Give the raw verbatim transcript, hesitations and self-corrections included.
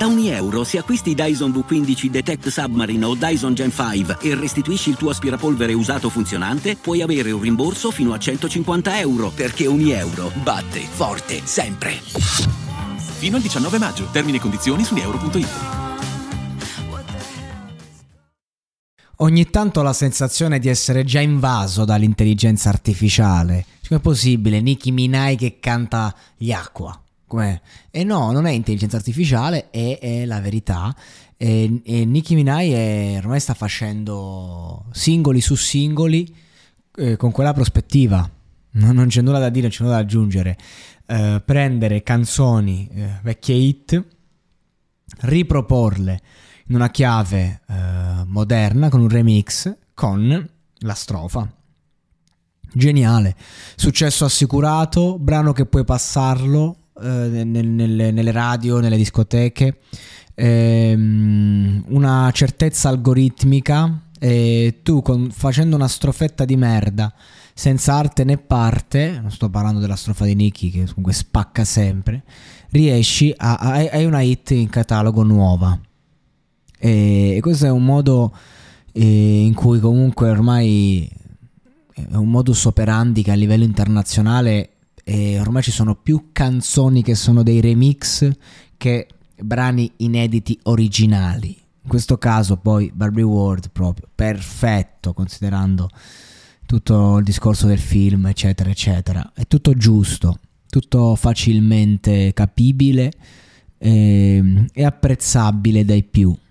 Da ogni euro, se acquisti Dyson V quindici Detect Submarine o Dyson Gen cinque e restituisci il tuo aspirapolvere usato funzionante, puoi avere un rimborso fino a centocinquanta euro, perché ogni euro batte forte sempre. Fino al diciannove maggio. Termini e condizioni su euro punto it. Ogni tanto ho la sensazione di essere già invaso dall'intelligenza artificiale. Com'è possibile? Nicki Minaj che canta gli Aqua. Com'è? E no, non è intelligenza artificiale, è, è la verità. E, e Nicki Minaj è, ormai sta facendo singoli su singoli eh, con quella prospettiva. Non, non c'è nulla da dire, non c'è nulla da aggiungere. Eh, prendere canzoni, eh, vecchie hit, riproporle in una chiave eh, moderna con un remix con la strofa. Geniale, successo assicurato, brano che puoi passarlo eh, nel, nelle, nelle radio, nelle discoteche, ehm, una certezza algoritmica, e tu con, facendo una strofetta di merda senza arte né parte, non sto parlando della strofa di Nicki che comunque spacca sempre, riesci a, a hai una hit in catalogo nuova. E questo è un modo eh, in cui comunque ormai è un modus operandi che a livello internazionale eh, ormai ci sono più canzoni che sono dei remix che brani inediti originali. In questo caso poi Barbie World proprio perfetto, considerando tutto il discorso del film eccetera eccetera, è tutto giusto, tutto facilmente capibile e, e apprezzabile dai più.